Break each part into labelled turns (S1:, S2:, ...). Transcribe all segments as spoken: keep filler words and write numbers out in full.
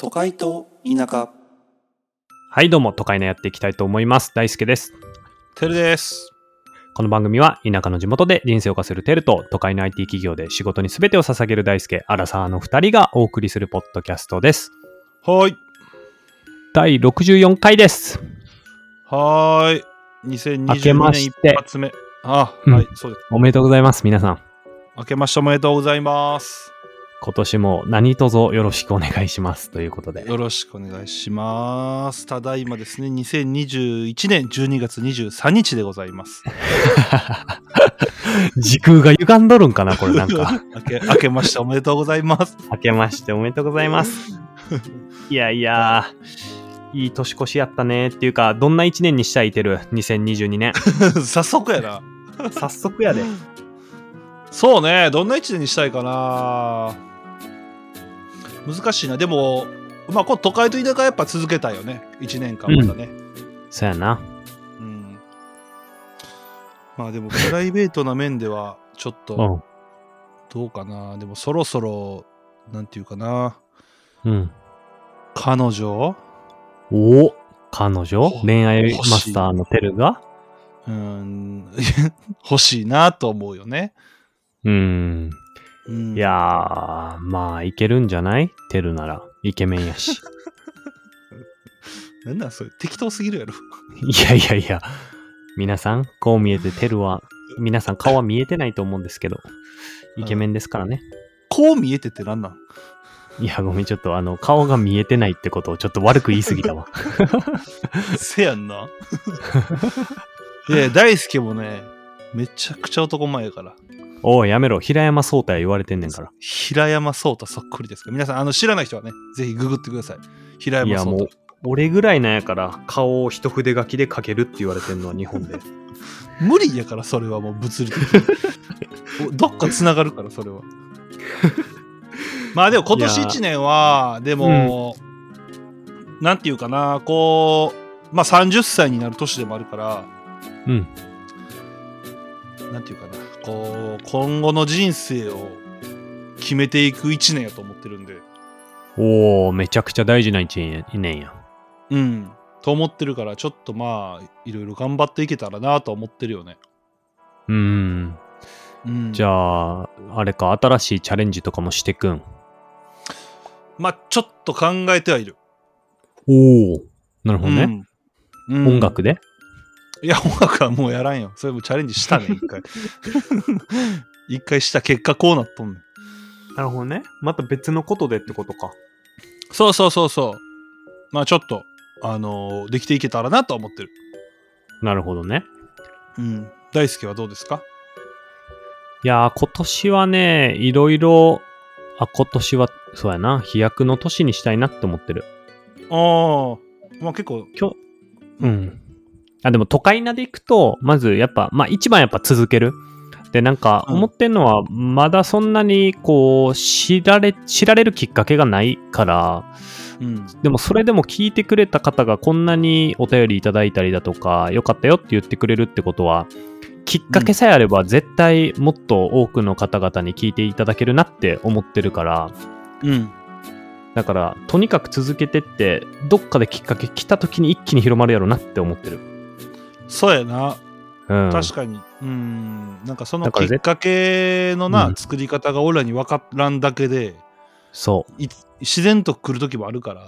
S1: 都会と田舎。
S2: はいどうも、都会のやっていきたいと思います。大輔です。
S3: てるです。
S2: この番組は田舎の地元で人生を稼ぐテルと都会の アイティー 企業で仕事に全てを捧げる大輔、アラサーのふたりがお送りするポッドキャストです。
S3: はい。
S2: だいろくじゅうよんかいです。
S3: はーい。にせんにじゅうにねん一発目。あ、
S2: うん、
S3: はい、そうです。
S2: おめでとうございます、皆さん。
S3: 明けましておめでとうございます。
S2: 今年も何卒よろしくお願いしますということで。
S3: よろしくお願いします。ただいまですね、にせんにじゅういちねんじゅうにがつにじゅうさんにちでございます。
S2: 時空が歪んどるんかな、これなんか。
S3: 明け、明けましておめでとうございます。
S2: 明けましておめでとうございます。いやいや、いい年越しやったねっていうか、どんないちねんにしたいてるにせんにじゅうにねん。
S3: 早速やな。
S2: 早速やで。
S3: そうね、どんないちねんにしたいかな。難しいな。でも、まあ、この都会と田舎やっぱ続けたいよね。いちねんかんまだね。
S2: うん、そうやな。
S3: うん。まあでも、プライベートな面では、ちょっと、どうかな。でも、そろそろ、なんていうかな。
S2: うん。
S3: 彼女
S2: お彼女恋愛マスターのテルが
S3: うーん。欲しいなと思うよね。
S2: うーん。
S3: うん、
S2: いやー、まあ、いけるんじゃないテルなら。イケメンやし。
S3: なんなんそれ、適当すぎるやろ。
S2: いやいやいや、皆さん、こう見えてテルは、皆さん顔は見えてないと思うんですけど、イケメンですからね。
S3: こう見えてってなんなん
S2: いや、ごめん、ちょっとあの、顔が見えてないってことをちょっと悪く言いすぎたわ。
S3: せやんな。いや、大輔もね、めちゃくちゃ男前やから。
S2: おい、やめろ。平山壮太や言われてんねんから。
S3: 平山壮太そっくりですから。皆さん、あの、知らない人はね、ぜひググってください。平山壮太。
S2: いや、もう、俺ぐらいなんやから、顔を一筆書きで描けるって言われてんのは日本で。
S3: 無理やから、それはもう物理的に。どっか繋がるから、それは。まあでも今年いちねんは、でも、うん、なんていうかな、こう、まあさんじゅっさいになる年でもあるから、
S2: うん。
S3: なんていうかな、こう、今後の人生を決めていくいちねんやと思ってるんで。
S2: おー、めちゃくちゃ大事な一年や。
S3: うん。と思ってるから、ちょっとまあ、いろいろ頑張っていけたらなと思ってるよね。
S2: うーん。うん、じゃあ、あれか、新しいチャレンジとかもしてくん。
S3: まあ、ちょっと考えてはいる。
S2: おー、なるほどね。うんうん、音楽で
S3: いや、音楽はもうやらんよ。それもチャレンジしたね、一回。一回した結果こうなっとんねん。
S2: なるほどね。また別のことでってことか。
S3: そうそうそうそう。まあちょっと、あのー、できていけたらなと思ってる。
S2: なるほどね。
S3: うん。大輔はどうですか？
S2: いやー、今年はね、いろいろ、あ、今年は、そうやな、飛躍の年にしたいなって思ってる。
S3: ああ、まあ結構。
S2: 今日、うん。あ、でも都会なで行くと、まずやっぱ、まあ一番やっぱ続ける。で、なんか思ってんのは、まだそんなにこう、知られ、知られるきっかけがないから、うん、でもそれでも聞いてくれた方がこんなにお便りいただいたりだとか、よかったよって言ってくれるってことは、きっかけさえあれば絶対もっと多くの方々に聞いていただけるなって思ってるから、
S3: うん。
S2: だからとにかく続けてって、どっかできっかけ来た時に一気に広まるやろなって思ってる。
S3: そうやな。
S2: うん、
S3: 確かに。うん。なんかそのきっかけのな、作り方が俺らに分からんだけで、
S2: そう
S3: 自然と来る時もあるから。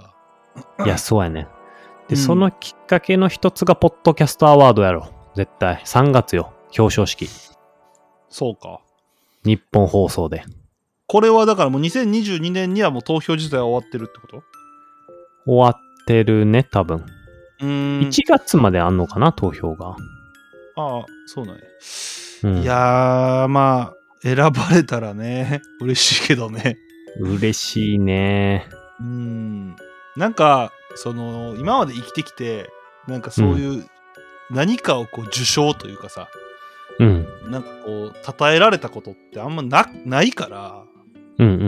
S2: いや、そうやね。で、うん、そのきっかけの一つがポッドキャストアワードやろ。絶対さんがつよ、表彰式。
S3: そうか。
S2: 日本放送で。
S3: これはだからもうにせんにじゅうにねんにはもう投票自体は終わってるってこと？
S2: 終わってるね、多分。
S3: うーん。
S2: いちがつまであんのかな、投票が。
S3: ああ、そうなんや。
S2: うん、
S3: いやー、まあ、選ばれたらね、嬉しいけどね。
S2: 嬉しいね。
S3: うーん。なんか、その、今まで生きてきて、なんかそういう、何かをこう受賞というかさ、
S2: うん。
S3: なんかこう、称えられたことってあんまな、ないから、
S2: うんうんうん。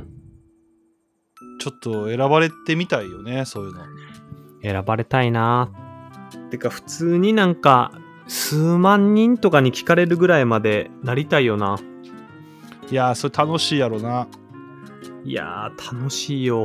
S3: ちょっと選ばれてみたいよね、そういうの。
S2: 選ばれたいな。てか、普通になんか、数万人とかに聞かれるぐらいまでなりたいよな。
S3: いやー、それ楽しいやろな。
S2: いやー、楽しいよ。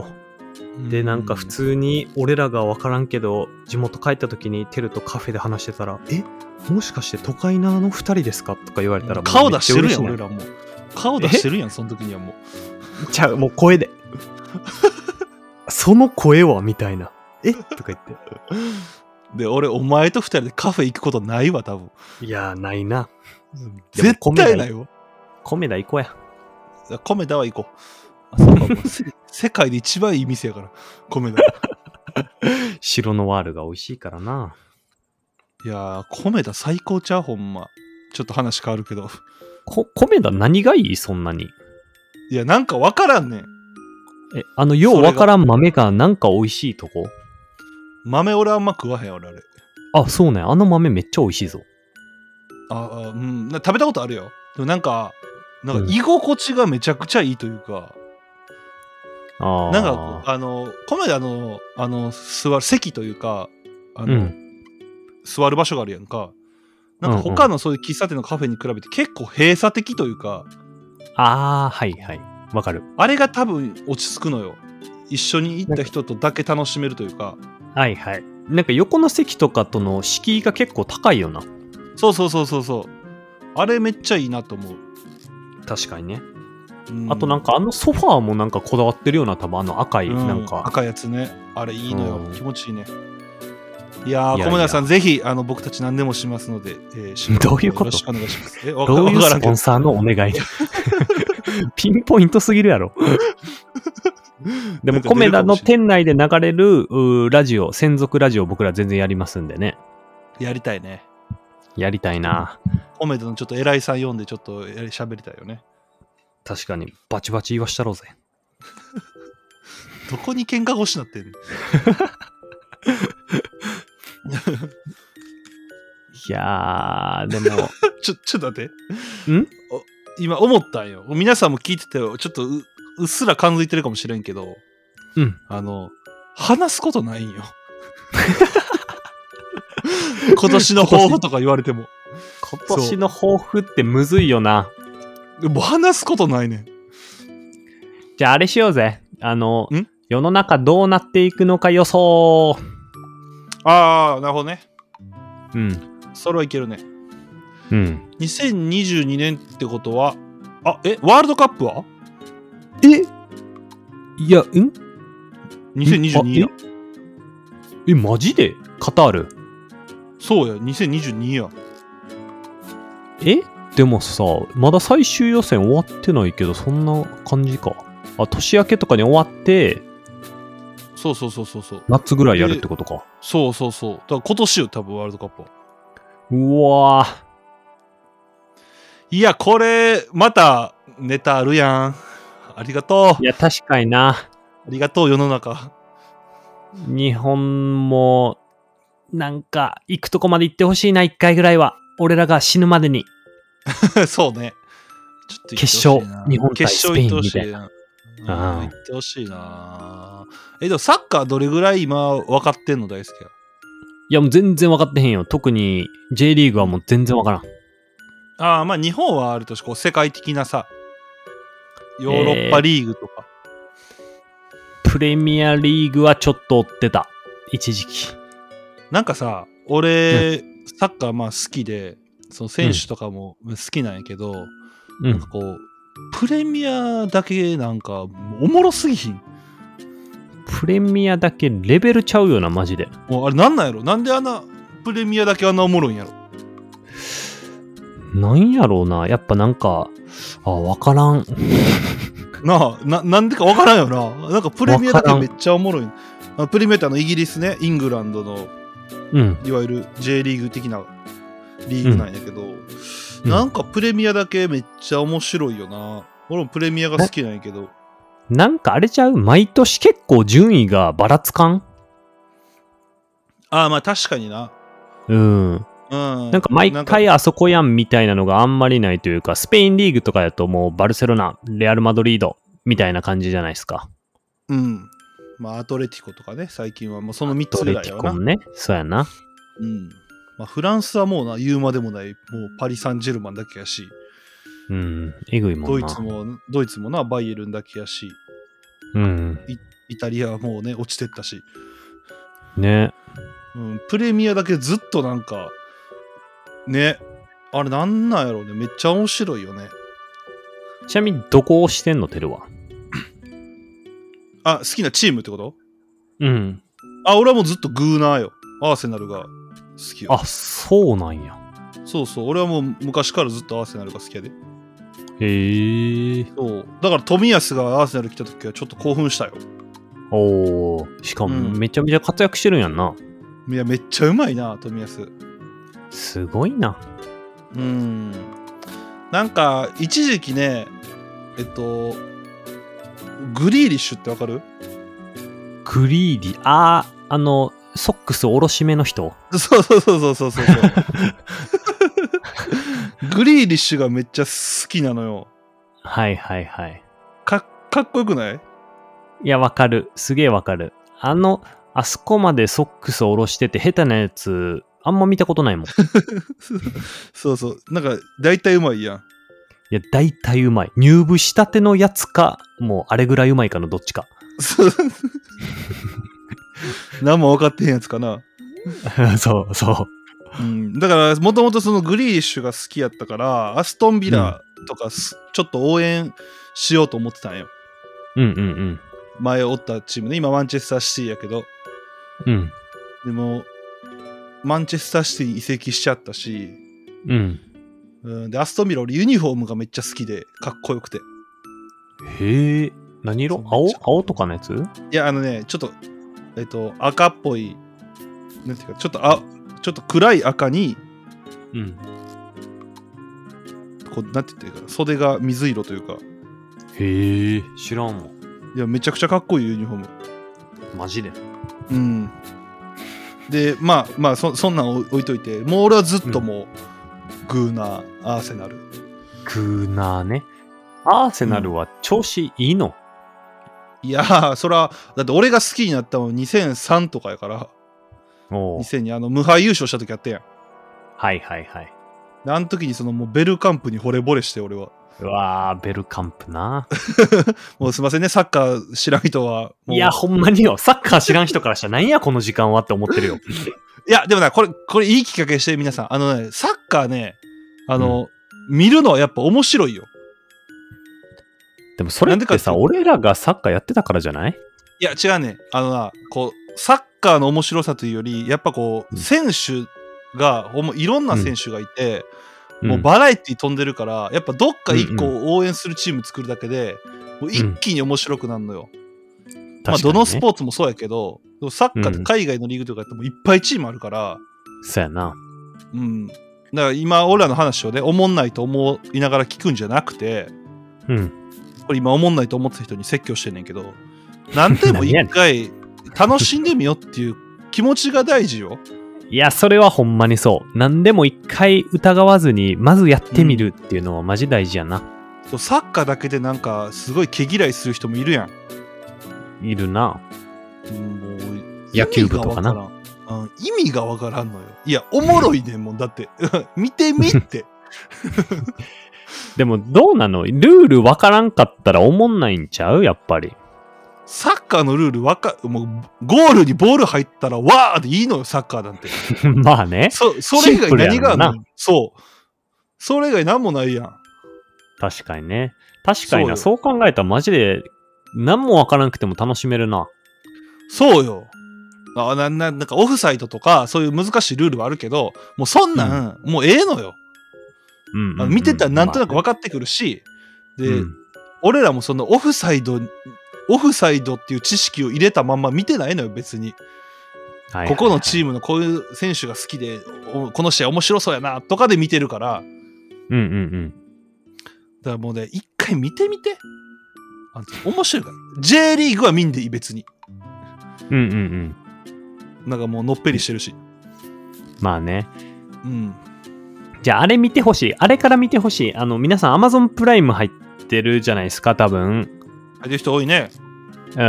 S2: でなんか普通に俺らが分からんけど地元帰った時にテルとカフェで話してたら、えもしかして都会なのふたりですかとか言われたら、
S3: 顔出してるやん俺らもう顔出してるやんその時にはも
S2: うちゃうもう声でその声はみたいなえとか言って
S3: で俺お前とふたりでカフェ行くことないわ多分。
S2: いやない。な
S3: 絶対ないわ。
S2: 米田行こうや。
S3: 米田は行こう。あそうかもう世界で一番いい店やから米田
S2: 白のワールが美味しいからな。
S3: いやー米田最高ちゃうほんま。ちょっと話変わるけど
S2: こ米田何がいいそんなに。
S3: いやなんかわからんねん。
S2: えあのようわからん豆がなんか美味しいとこ。
S3: 豆俺あんま食わへん俺あれ。
S2: あそうねあの豆めっちゃ美味しいぞ。
S3: ああうんな食べたことあるよ。でもなんかなんか居心地がめちゃくちゃいいというか、うん、
S2: あ
S3: なんかこうあの米田のあの座る席というかあの、うん、座る場所があるやんか。なんか他のそういう喫茶店のカフェに比べて結構閉鎖的というか、うんうん、
S2: ああはいはいわかる。
S3: あれが多分落ち着くのよ。一緒に行った人とだけ楽しめるというか。
S2: はいはい。なんか横の席とかとの敷居が結構高いよな。
S3: そうそうそうそうそう。あれめっちゃいいなと思う。
S2: 確かにね。あとなんかあのソファーもなんかこだわってるような多分あの赤い、
S3: うん、
S2: なんか
S3: 赤いやつね。あれいいのよ。気持ちいいね。いやー、米田さんぜひあの僕たち何でもしますので、えー、
S2: どういうこと？
S3: よろしくお願いします。え、
S2: どういうスポンサーのお願いピンポイントすぎるやろ。でも米田の店内で流れるラジオ、専属ラジオ僕ら全然やりますんでね。
S3: やりたいね。
S2: やりたいな。
S3: 米田のちょっと偉いさん読んでちょっと喋りたいよね。確
S2: かにバチバチ言わしたろうぜ。
S3: どこに喧嘩腰なってんの
S2: いやーでも
S3: ちょちょっと待って
S2: ん
S3: 今思ったんよ。皆さんも聞いててちょっと う, うっすら感づいてるかもしれんけど、
S2: うん、
S3: あの話すことないんよ今年の抱負とか言われても
S2: 今年の抱負ってむずいよな。
S3: でも話すことないねん。
S2: じゃああれしようぜ。あの世の中どうなっていくのか予想。
S3: ああなるほどね。
S2: うん
S3: それはいけるね。
S2: うん。
S3: にせんにじゅうにねんってことは、あ、え、ワールドカップは？
S2: えいや、ん ?
S3: にせんにじゅうに や。
S2: え、マジでカタール？
S3: そうや、にせんにじゅうにや。
S2: えでもさ、まだ最終予選終わってないけど、そんな感じか。あ、年明けとかに終わって、
S3: そうそうそうそうそう。
S2: 夏ぐらいやるってことか。
S3: そうそうそう。だから今年よ、多分ワールドカップは。
S2: うわぁ。
S3: いや、これ、またネタあるやん。ありがとう。
S2: いや、確かにな。
S3: ありがとう、世の中。
S2: 日本も、なんか、行くとこまで行ってほしいな、一回ぐらいは。俺らが死ぬまでに。
S3: そうね。
S2: ちょっと決勝、日本対スペインみたいな。
S3: 行ってほしいな。え、でもサッカーどれぐらい今分かってんの大好きや。
S2: いや、もう全然分かってへんよ。特に J リーグはもう全然分からん。
S3: ああ、まあ日本はあるとし、こう世界的なさ、ヨーロッパリーグとか、
S2: えー、プレミアリーグはちょっと追ってた。一時期。
S3: なんかさ、俺、うん、サッカーまあ好きで、その選手とかも好きなんやけど、うん、なんかこう、プレミアだけなんかおもろすぎひん。
S2: プレミアだけレベルちゃうよな、マジで。
S3: もうあれなんなんやろ？なんであんなプレミアだけあんなおもろいんやろ？
S2: なんやろうな、やっぱなんか、あ、わからん。
S3: なあ、な、なんでかわからんよな。なんかプレミアだけめっちゃおもろい。あプレミアってあのイギリスね、イングランドの、
S2: うん、
S3: いわゆる J リーグ的なリーグなんやけど、うん、なんかプレミアだけめっちゃ面白いよな。俺もプレミアが好きなんやけど。
S2: なんかあれちゃう？毎年結構順位がばらつかん？
S3: ああ、まあ確かにな。
S2: うん。うん、なんか毎回あそこやんみたいなのがあんまりないというか、スペインリーグとかだともうバルセロナ、レアル・マドリードみたいな感じじゃないですか。
S3: うん。まあアトレティコとかね、最近はもうそのみっつぐらいやな。アトレティコも
S2: ね、そうやな。
S3: うん。まあフランスはもうな、言うまでもない、もうパリ・サンジェルマンだけやし。
S2: うん、えぐいもんな。
S3: ドイツも、ドイツもな、バイエルンだけやし。
S2: うん。
S3: イイタリアはもうね落ちてったし
S2: ね。
S3: うん、プレミアだけずっとなんかね、あれなんなんやろうね、めっちゃ面白いよね。
S2: ちなみにどこをしてんの、テルは。
S3: あ、好きなチームってこと？
S2: うん。
S3: あ、俺はもうずっとグーナーよ。アーセナルが好きよ。
S2: あ、そうなんや。
S3: そうそう、俺はもう昔からずっとアーセナルが好きやで。
S2: へえ。
S3: そうだから冨安がアーセナル来た時はちょっと興奮したよ。
S2: おー、しかも
S3: うん
S2: めちゃめちゃ活躍してるんやんな。
S3: いやめっちゃうまいな冨安。
S2: すごいな。
S3: うんなんか一時期ねえっとグリーリッシュってわかる？
S2: グリーディ、あー、あの、ソックスおろしめの人。
S3: そうそうそうそうそうそうグリーリッシュがめっちゃ好きなのよ。
S2: はいはいはい。
S3: か, かっこよくない？
S2: いや、わかる。すげえわかる。あの、あそこまでソックスおろしてて下手なやつ、あんま見たことないもん。い
S3: そうそうなんか大体うまいやん。
S2: や、大体うまい。入部したてのやつか、もうあれぐらいうまいかのどっちか。
S3: そう何も分かってへんやつかな。
S2: そうそう。
S3: うん、だからもともとそのグリーリッシュが好きやったからアストンビラとかす、うん、ちょっと応援しようと思ってたんよ。
S2: うんうんうん。
S3: 前おったチームね、今マンチェスターシティやけど、
S2: うん。
S3: でもマンチェスターシティに移籍しちゃったし、
S2: うん。
S3: うん、でアストンビラ俺ユニフォームがめっちゃ好きでかっこよくて。
S2: へえ、何色？青？青とかのやつ？
S3: いやあのねちょっとえっと赤っぽいなんていうかちょっとあちょっと暗い赤に、
S2: うん、
S3: こうなんて言ってるか袖が水色というか。
S2: へえ、知らんもん。
S3: いやめちゃくちゃかっこいいユニフォーム。
S2: マジで？
S3: うん。でまあまあ そ, そんなん置いといて、もう俺はずっともう、うん、グーナーアーセナル。
S2: グーナーね。アーセナルは調子いいの？
S3: うん、いやーそらだって俺が好きになったのにせんさんとかやから。にせんにあの無敗優勝した時あったやん。
S2: はいはいはい。
S3: あの時にそのもうベルカンプに惚れ惚れして俺は。
S2: うわーベルカンプな。
S3: もうすいませんねサッカー知らん人は。
S2: いやほんまによ、サッカー知らん人からしたら何やこの時間はって思ってるよ。
S3: いやでもなこれこれいいきっかけして皆さんあのねサッカーねあの、うん、見るのはやっぱ面白いよ。
S2: でもそれってさ俺らがサッカーやってたからじゃない？
S3: いや違うねあのなこうサッカーの面白さというよりやっぱこう、うん、選手がほんまいろんな選手がいて、うん、もうバラエティ飛んでるからやっぱどっか一個応援するチーム作るだけで、うんうん、もう一気に面白くなるのよ、うんまあ、どのスポーツもそうやけどサッカーって海外のリーグとかやってもいっぱいチームあるから、
S2: うん、そうやな。
S3: うんだから今俺らの話をねおもんないと思いながら聞くんじゃなくて、
S2: うん、
S3: これ今おもんないと思ってた人に説教してんねんけど何でも一回楽しんでみよっていう気持ちが大事よ。
S2: いやそれはほんまにそう。何でも一回疑わずにまずやってみるっていうのはマジ大事やな、
S3: うん、サッカーだけでなんかすごい毛嫌いする人もいるや
S2: ん。いるな。
S3: もう
S2: 野球部とかな、
S3: うん、意味がわからんのよ。いやおもろいねんもんだって見てみって
S2: でもどうなの？ルールわからんかったらおもんないんちゃう？やっぱり
S3: サッカーのルールわかもうゴールにボール入ったらわーでいいのよサッカーなんて。
S2: まあね。
S3: そそれ以外何があるの？そうそれ以外何もないやん。
S2: 確かにね。確かにな。そう考えたらマジで何もわからなくても楽しめるな。
S3: そうよ。あなななんかオフサイドとかそういう難しいルールはあるけどもうそんなん、うん、もうええのよ。うんうんうん、見てたらなんとなく分かってくるし、まあね、で、うん、俺らもそのオフサイドオフサイドっていう知識を入れたまんま見てないのよ別に、はいはいはい、ここのチームのこういう選手が好きでこの試合面白そうやなとかで見てるから。
S2: うんうんうん。
S3: だからもうね一回見てみてあ面白いから。 J リーグは見んでいい別に。
S2: うんうんうん
S3: なんかもうのっぺりしてるし。
S2: まあね。
S3: うん。
S2: じゃああれ見てほしい。あれから見てほしい。あの皆さん Amazon プライム入ってるじゃないですか多分。
S3: 入ってる人多いね。
S2: うん。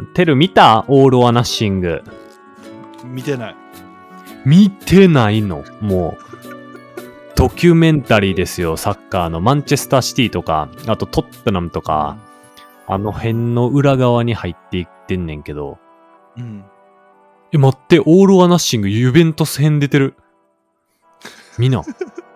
S2: テル見た？オール・オア・ナッシング。
S3: 見てない。
S2: 見てないの？もうドキュメンタリーですよ。サッカーのマンチェスターシティとか、あとトッテナムとか、 あの辺の裏側に入っていってんねんけど。
S3: うん。
S2: え、待って、オール・オア・ナッシング、ユベントス編出てる。みんな。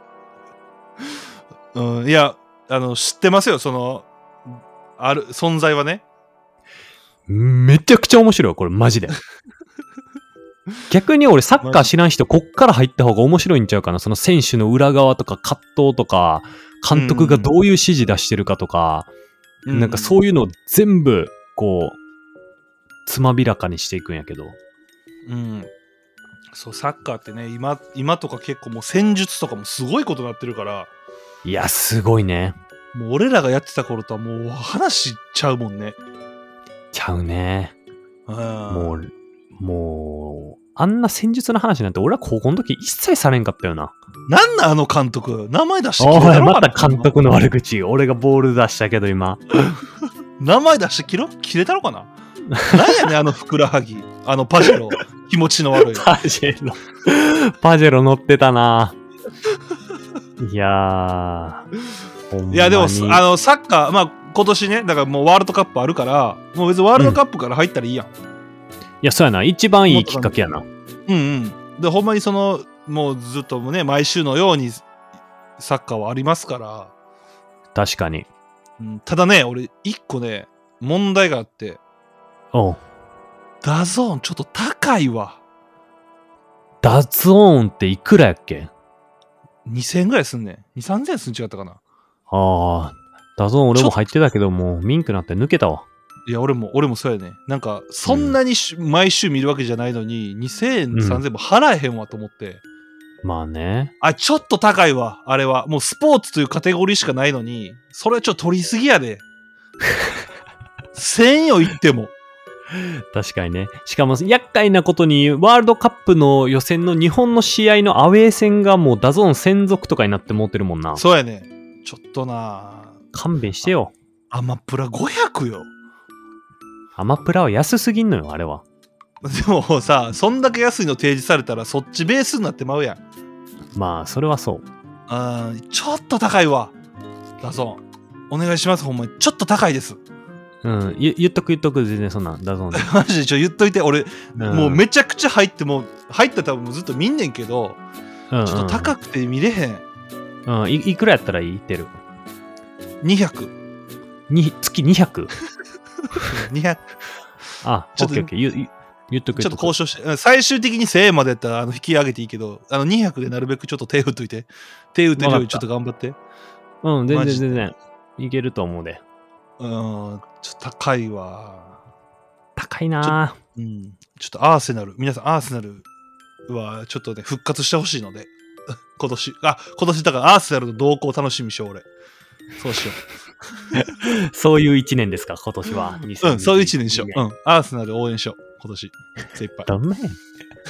S3: うん、いや、あの、知ってますよ、その、ある、存在はね。
S2: めちゃくちゃ面白いよ、これ、マジで。逆に俺、サッカー知らん人、こっから入った方が面白いんちゃうかな。その選手の裏側とか、葛藤とか、監督がどういう指示出してるかとか、うん、なんかそういうのを全部、こう、つまびらかにしていくんやけど。
S3: うん。そう、サッカーってね、今、今とか結構もう戦術とかもすごいことになってるから。
S2: いや、すごいね。
S3: もう俺らがやってた頃とはもう話しちゃうもんね。
S2: ちゃうね。
S3: うん。
S2: もう、もう、あんな戦術の話なんて俺は高校の時一切されんかったよな。
S3: なんなんあの監督。名前出して
S2: 切れたろかな。おい、また監督の悪口。俺がボール出したけど今。
S3: 名前出して切ろ切れたろかな。なんやねんあのふくらはぎ。あのパジェロ。気持ちの悪い。
S2: パジェロ。パジェロ乗ってたな。いやー。
S3: いやでも、あの、サッカー、まあ今年ね、だからもうワールドカップあるから、もう別にワールドカップから入ったらいいやん。うん、い
S2: や、そうやな。一番いいきっかけやな。
S3: うんうん。で、ほんまにその、もうずっとね、毎週のようにサッカーはありますから。
S2: 確かに。
S3: うん、ただね、俺、一個ね、問題があって。
S2: おう。
S3: ダゾーンちょっと高いわ。
S2: ダゾーンっていくらやっけ？
S3: にせんえんぐらいすんねん。に、さんぜんえんすん違ったかな。
S2: ああ。ダゾーン俺も入ってたけど、もうミンクなって抜けたわ。
S3: いや、俺も、俺もそうやね。なんか、そんなに、うん、毎週見るわけじゃないのに、にせんえん、うん、さんぜんえんも払えへんわと思って。
S2: まあね。
S3: あ、ちょっと高いわ、あれは。もうスポーツというカテゴリーしかないのに、それはちょっと取りすぎやで。せんよ言っても。
S2: 確かにね。しかも厄介なことにワールドカップの予選の日本の試合のアウェー戦がもうダゾーン専属とかになって持ってるもんな。
S3: そうやね。ちょっとな
S2: 勘弁してよ。
S3: アマプラごひゃくよ。
S2: アマプラは安すぎんのよ、あれは。
S3: でもさ、そんだけ安いの提示されたらそっちベースになってまうやん。
S2: まあ、それはそう。
S3: あー、ちょっと高いわ。ダゾーン。お願いします、ほんまに。ちょっと高いです。
S2: うん、言, 言っとく言っとく、全然そんなんダゾーンで。
S3: マジでちょ言っといて、俺、うん、もうめちゃくちゃ入ってもう入ったら多分ずっと見んねんけど、うんうん、ちょっと高くて見れへん。
S2: うん、い, いくらやったらいいってる？
S3: にひゃく。
S2: に月にひゃく？
S3: にひゃく。
S2: あ、オッケーオッケー。言, 言っとく。
S3: ちょっと交渉して、最終的にせんえんまでやったらあの引き上げていいけど、あのにひゃくでなるべくちょっと手打っといて。手打ってるよりちょっと頑張って。
S2: うん、全然全然。いけると思うで。
S3: うん、ちょっと高いわ。
S2: 高いな
S3: ぁ。うん。ちょっとアーセナル、皆さんアーセナルはちょっとね、復活してほしいので、今年、あ、今年だからアーセナルの動向を楽しみにしよう、俺。そうしよ
S2: う。そういう一年ですか、今年は。
S3: うん、そういう一年にしよう。うん、アーセナル応援しよう、今年。精一杯。
S2: どんなやん。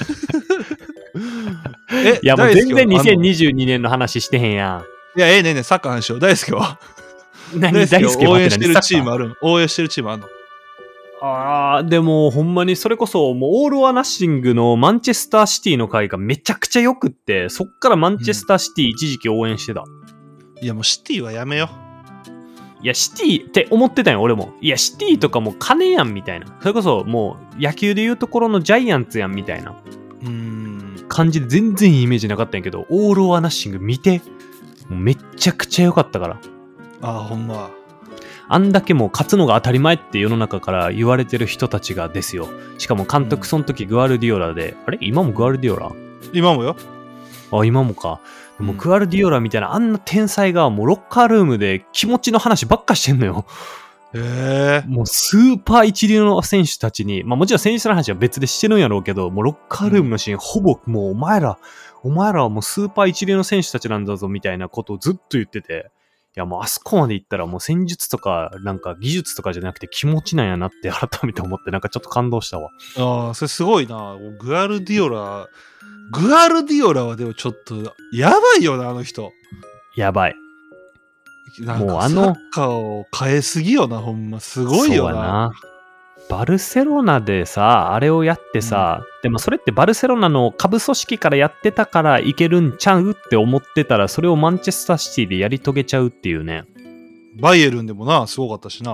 S2: え、いや、もう全然にせんにじゅうにねんの話してへんや
S3: ん。いや、ええねえねえ、サッカーの話しよう。大好きは。
S2: 何大好き
S3: 応援してるチームある応援してるチームあるの？
S2: ああ、でもほんまにそれこそもうオール・オア・ナッシングのマンチェスターシティの回がめちゃくちゃよくって、そっからマンチェスターシティ一時期応援してた。
S3: うん、いやもうシティはやめよ。
S2: いやシティって思ってたよ俺も。いやシティとかもう金やんみたいな。それこそもう野球でいうところのジャイアンツやんみたいな
S3: うーん
S2: 感じで全然いいイメージなかったんやけど、オール・オア・ナッシング見てもうめっちゃくちゃ良かったから。
S3: ああ、ほんま。
S2: あんだけもう勝つのが当たり前って世の中から言われてる人たちがですよ。しかも監督その時グアルディオラで、うん、あれ今もグアルディオラ？
S3: 今もよ。
S2: あ、今もか。でもグアルディオラみたいなあんな天才がもうロッカールームで気持ちの話ばっかしてんのよ。
S3: へえ。
S2: もうスーパー一流の選手たちに、まあもちろん選手の話は別でしてるんやろうけど、もうロッカールームのシーン、うん、ほぼもうお前ら、お前らはもうスーパー一流の選手たちなんだぞみたいなことをずっと言ってて、いやもうあそこまで行ったらもう戦術とかなんか技術とかじゃなくて気持ちなんやなって改めて思ってなんかちょっと感動したわ。
S3: ああ、それすごいな。グアルディオラ、グアルディオラはでもちょっとやばいよな、あの人。
S2: やばい。
S3: なんかサッカーを変えすぎよな、ほんま。すごいよな。そうやな。
S2: バルセロナでさ、あれをやってさ、うん、でもそれってバルセロナの下部組織からやってたからいけるんちゃうって思ってたら、それをマンチェスターシティでやり遂げちゃうっていうね。
S3: バイエルンでもな、すごかったしな。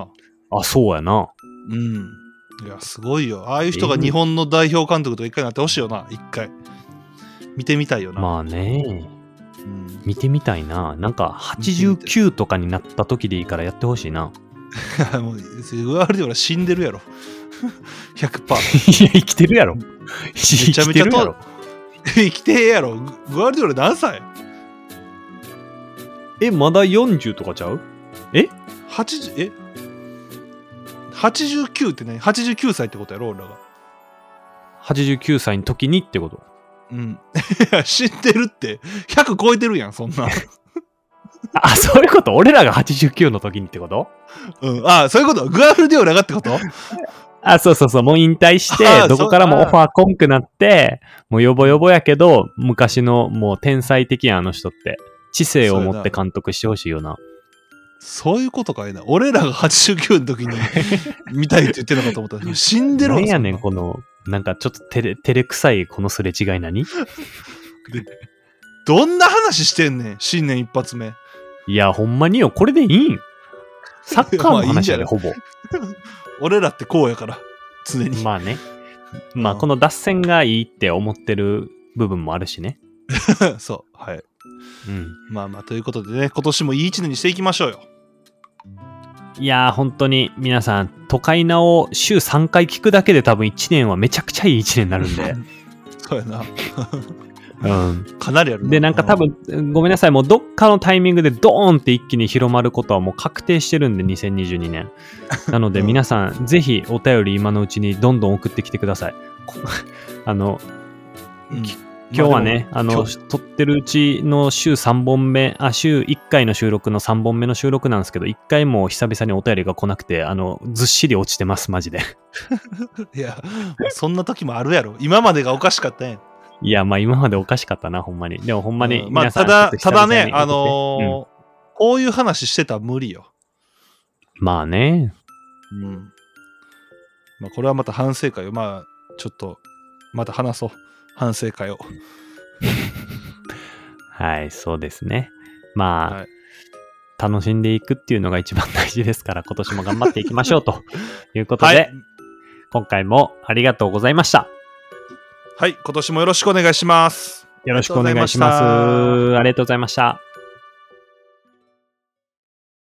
S2: あ、そうやな。
S3: うん。いや、すごいよ。ああいう人が日本の代表監督とか一回なってほしいよな、一回。見てみたいよな。
S2: まあね。
S3: うん、
S2: 見てみたいな。なんかはちじゅうきゅうとかになった時でいいからやってほしいな。
S3: もう、グワルディオラ死んでるやろ。ひゃくパーセント。
S2: いや、生きてるやろ。め
S3: ちゃめちゃと、生きてへんやろ。グワルディオラ何歳？
S2: え、まだよんじゅうとかちゃう？え
S3: はちじゅう、え はちじゅうきゅう って何？ はちじゅうきゅう 歳ってことやろ、俺らが。
S2: はちじゅうきゅうさいの時にってこと。
S3: うん。いや、知ってるって。ひゃく超えてるやん、そんな。
S2: あ、そういうこと？俺らがはちじゅうきゅうの時にってこと？
S3: うん。あ、そういうこと？グアルディオラがってこと？
S2: あ、そうそうそう。もう引退して、どこからもオファーこんくなって、もうヨボヨボやけど、昔のもう天才的やん、あの人って。知性を持って監督してほしいよな。
S3: そういうことかいな。俺らがはちじゅうきゅうの時に見たいって言ってなかったと思ったら、死んでるわ。
S2: 何やねん、この、なんかちょっと照れ、照れくさいこのすれ違い何？
S3: どんな話してんねん、新年一発目。
S2: いや、ほんまによ、これでいいん？サッカーの話やで、ほぼ。
S3: 俺らってこうやから、常に。
S2: まあね。まあ、この脱線がいいって思ってる部分もあるしね。
S3: そう、はい。
S2: うん。
S3: まあまあ、ということでね、今年もいい一年にしていきましょうよ。
S2: いやー、本当に皆さん、都会なを週さんかい聞くだけで多分いちねんはめちゃくちゃいいいちねんになるんで。
S3: そうやな。
S2: うん。
S3: かなりあるな。
S2: で、なんか多分、ごめんなさい、もうどっかのタイミングでドーンって一気に広まることはもう確定してるんで、にせんにじゅうにねん。なので皆さん、ぜひお便り今のうちにどんどん送ってきてください。あの、
S3: うん、
S2: 今日はね、あの、撮ってるうちの週さんぼんめ、あ、週いっかいの収録のさんぼんめの収録なんですけど、いっかいも久々にお便りが来なくて、あの、ずっしり落ちてます、マジで。
S3: いや、そんな時もあるやろ。今までがおかしかったやん。
S2: いや、まあ今までおかしかったな、ほんまに。でもほんまに、
S3: うん、まあ、ただ、ただね、あのーうん、こういう話してたら無理よ。
S2: まあね。
S3: うん。まあ、これはまた反省会を、まあ、ちょっと、また話そう。反省会を。
S2: はい、そうですね。まあ、
S3: はい、
S2: 楽しんでいくっていうのが一番大事ですから、今年も頑張っていきましょうということで、はい、今回もありがとうございました。
S3: はい、今年もよろしくお願いします。
S2: よろしくお願いします。ありがとうございました。